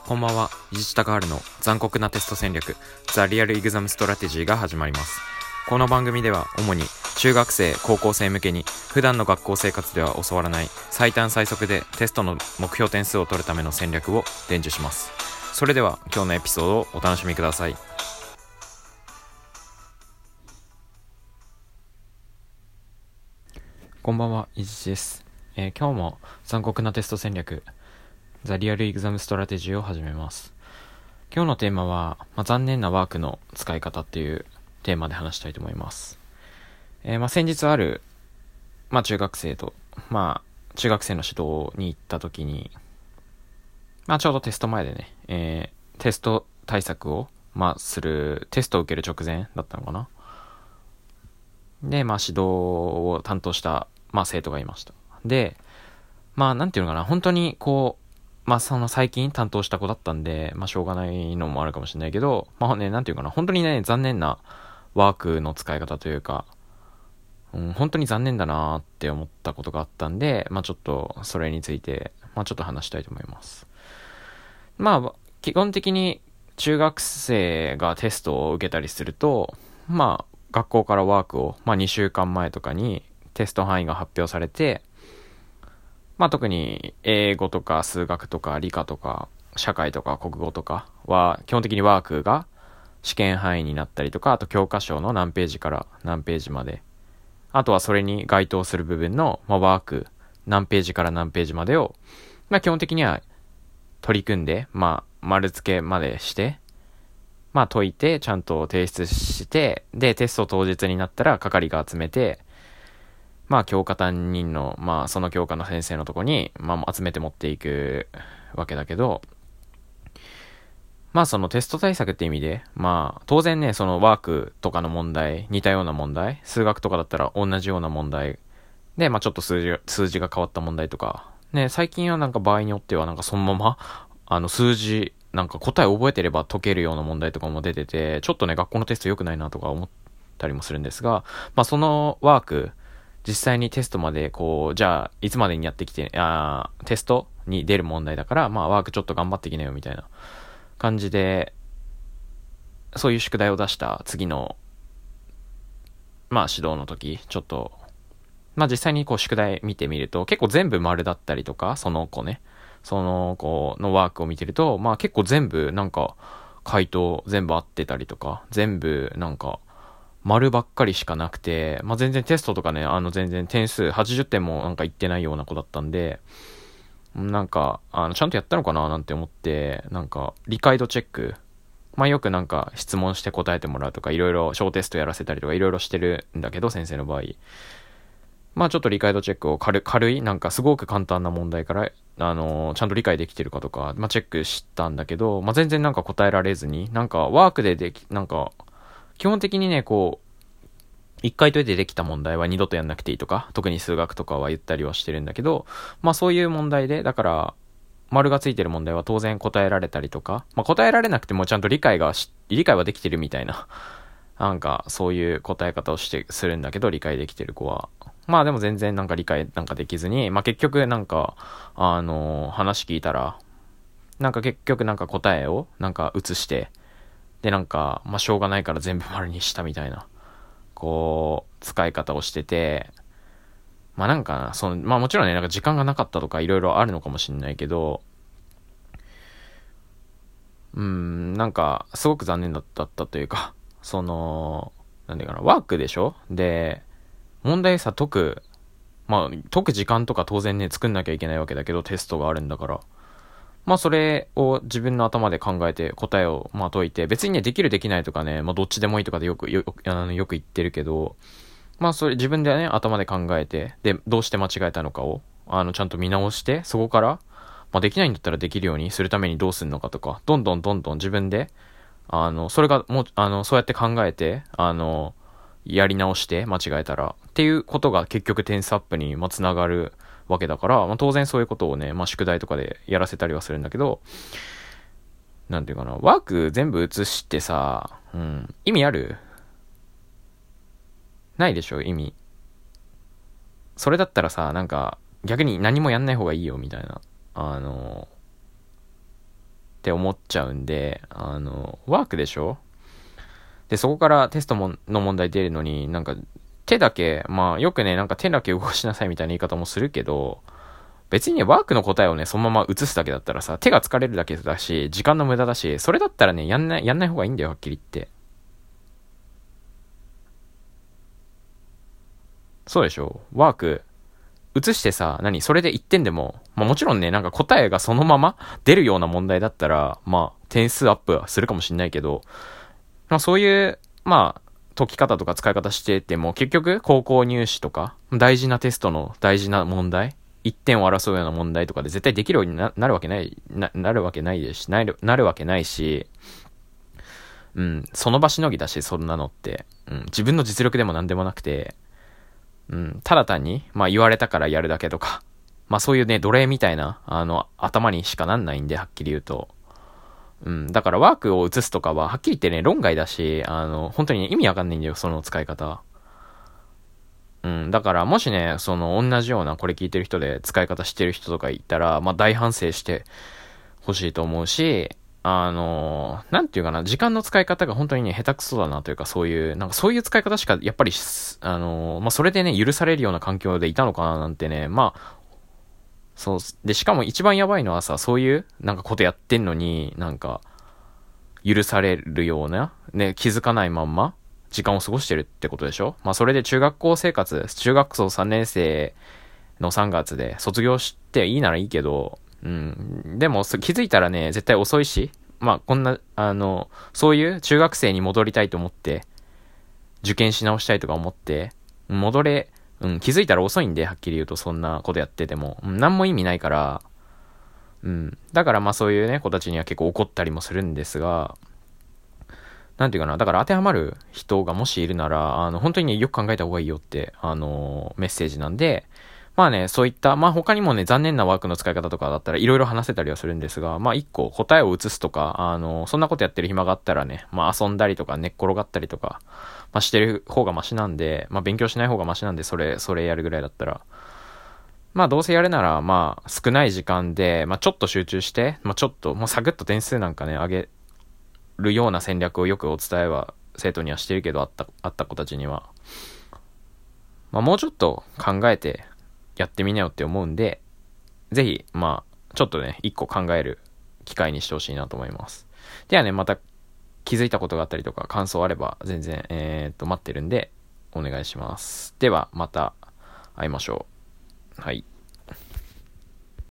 こんばんは。伊地知高春の残酷なテスト戦略ザ・リアル・エグザム・ストラテジーが始まります。この番組では主に中学生高校生向けに普段の学校生活では教わらない最短最速でテストの目標点数を取るための戦略を伝授します。それでは今日のエピソードをお楽しみください。こんばんは、伊地です。今日も残酷なテスト戦略ザ・リアル・エグザム・ストラテジーを始めます。今日のテーマは、残念なワークの使い方っていうテーマで話したいと思います。先日ある、中学生と、中学生の指導に行った時に、ちょうどテスト前でね、テスト対策を、する、テストを受ける直前だったのかな。で、指導を担当した、生徒がいました。で、なんていうのかな、本当にその最近担当した子だったんで、しょうがないのもあるかもしれないけど、なんていうかな、本当にね、残念なワークの使い方というか、本当に残念だなって思ったことがあったんで、ちょっとそれについて、ちょっと話したいと思います。基本的に中学生がテストを受けたりすると、学校からワークを、2週間前とかにテスト範囲が発表されて、特に英語とか数学とか理科とか社会とか国語とかは基本的にワークが試験範囲になったりとか、あと教科書の何ページから何ページまで、あとはそれに該当する部分の、ワーク何ページから何ページまでを、基本的には取り組んで、丸付けまでして、解いてちゃんと提出して、でテスト当日になったら係が集めて、教科担任の、その教科の先生のとこに、集めて持っていくわけだけど、そのテスト対策って意味で、当然ね、そのワークとかの問題、似たような問題、数学とかだったら同じような問題で、ちょっと数字が変わった問題とか、ね、最近は場合によってはそのまま、数字、答えを覚えてれば解けるような問題とかも出てて、ちょっとね、学校のテスト良くないなとか思ったりもするんですが、そのワーク、実際にテストまでじゃあいつまでにやってきて、テストに出る問題だから、ワークちょっと頑張ってきなよみたいな感じで、そういう宿題を出した次の指導の時、ちょっと実際に宿題見てみると結構全部丸だったりとか、その子のワークを見てると、結構全部回答全部合ってたりとか、全部丸ばっかりしかなくて、全然テストとかね、全然点数80点もいってないような子だったんで、ちゃんとやったのかななんて思って、理解度チェック、よく質問して答えてもらうとか、いろいろ小テストやらせたりとか、いろいろしてるんだけど、先生の場合。ちょっと理解度チェックを軽い、すごく簡単な問題から、ちゃんと理解できてるかとか、チェックしたんだけど、全然答えられずに、ワークで基本的にね、一回解いてできた問題は二度とやんなくていいとか、特に数学とかは言ったりはしてるんだけど、そういう問題で、だから、丸がついてる問題は当然答えられたりとか、答えられなくてもちゃんと理解はできてるみたいな、そういう答え方をするんだけど、理解できてる子は。でも全然理解できずに、結局話聞いたら、結局答えを写して、でしょうがないから全部丸にしたみたいな、使い方をしてて、もちろんね、時間がなかったとかいろいろあるのかもしれないけど、すごく残念だったというか、なんでかな、ワークでしょ？で、問題さ解く時間とか当然ね、作んなきゃいけないわけだけど、テストがあるんだから。それを自分の頭で考えて答えを解いて、別にね、できるできないとかね、どっちでもいいとかでよく言ってるけど、それ自分でね、頭で考えて、で、どうして間違えたのかを、ちゃんと見直して、そこから、できないんだったらできるようにするためにどうするのかとか、どんどん自分で、それがもう、そうやって考えて、やり直して間違えたら、っていうことが結局点数アップにつながるわけだから、当然そういうことをね、宿題とかでやらせたりはするんだけど、なんていうかな、ワーク全部写してさ、意味ある？ないでしょ、意味。それだったらさ、逆に何もやんない方がいいよ、みたいな。 って思っちゃうんで、ワークでしょ。で、そこからテストの問題出るのに、なんか、手だけ、まあ、よくね、なんか手だけ動かしなさいみたいな言い方もするけど、別にね、ワークの答えをね、そのまま移すだけだったらさ、手が疲れるだけだし、時間の無駄だし、それだったらね、やんない方がいいんだよ、はっきり言って。そうでしょ。ワーク、移してさ、それで1点でも、まあもちろんね、なんか答えがそのまま出るような問題だったら、まあ、点数アップはするかもしんないけど、まあそういう、まあ、解き方とか使い方してても、結局、高校入試とか、大事なテストの大事な問題、1点を争うような問題とかで絶対できるようになるわけない、なるわけないですし、なるわけないし、うん、その場しのぎだし、そんなのって、うん、自分の実力でも何でもなくて、うん、ただ単に、まあ言われたからやるだけとか、まあそういうね、奴隷みたいな、頭にしかなんないんで、はっきり言うと。うん、だからワークを移すとかは、はっきり言ってね、論外だし、本当に、ね、意味わかんないんだよ、その使い方。うん、だからもしね、その同じようなこれ聞いてる人で使い方してる人とかいたら、まあ大反省してほしいと思うし、なんていうかな、時間の使い方が本当にね、下手くそだなというか、そういう、なんかそういう使い方しか、やっぱり、まあそれでね、許されるような環境でいたのかななんてね、まあ、そう、で、しかも一番やばいのはさ、そういう、なんかことやってんのに、なんか、許されるような、ね、気づかないまんま、時間を過ごしてるってことでしょ。まあそれで中学校生活、中学校3年生の3月で卒業していいならいいけど、うん。でも気づいたらね、絶対遅いし、まあこんな、そういう中学生に戻りたいと思って、受験し直したいとか思って、戻れ、うん、気づいたら遅いんで、はっきり言うとそんなことやってても、うん、何も意味ないから、うん。だからまあそういうね、子たちには結構怒ったりもするんですが、なんていうかな、だから当てはまる人がもしいるなら、本当にね、よく考えた方がいいよって、メッセージなんで、まあね、そういった、まあ他にもね、残念なワークの使い方とかだったらいろいろ話せたりはするんですが、まあ一個答えを移すとか、そんなことやってる暇があったらね、まあ遊んだりとか寝っ転がったりとか、まあしてる方がマシなんで、まあ勉強しない方がマシなんで、それやるぐらいだったら、まあどうせやるなら、まあ少ない時間で、まあちょっと集中して、まあちょっと、もうサクッと点数なんかね、上げるような戦略をよくお伝えは生徒にはしてるけど、あった子たちには。まあもうちょっと考えてやってみなよって思うんで、ぜひ、まあ、ちょっとね、一個考える機会にしてほしいなと思います。ではね、また気づいたことがあったりとか、感想あれば全然、待ってるんで、お願いします。では、また会いましょう。はい。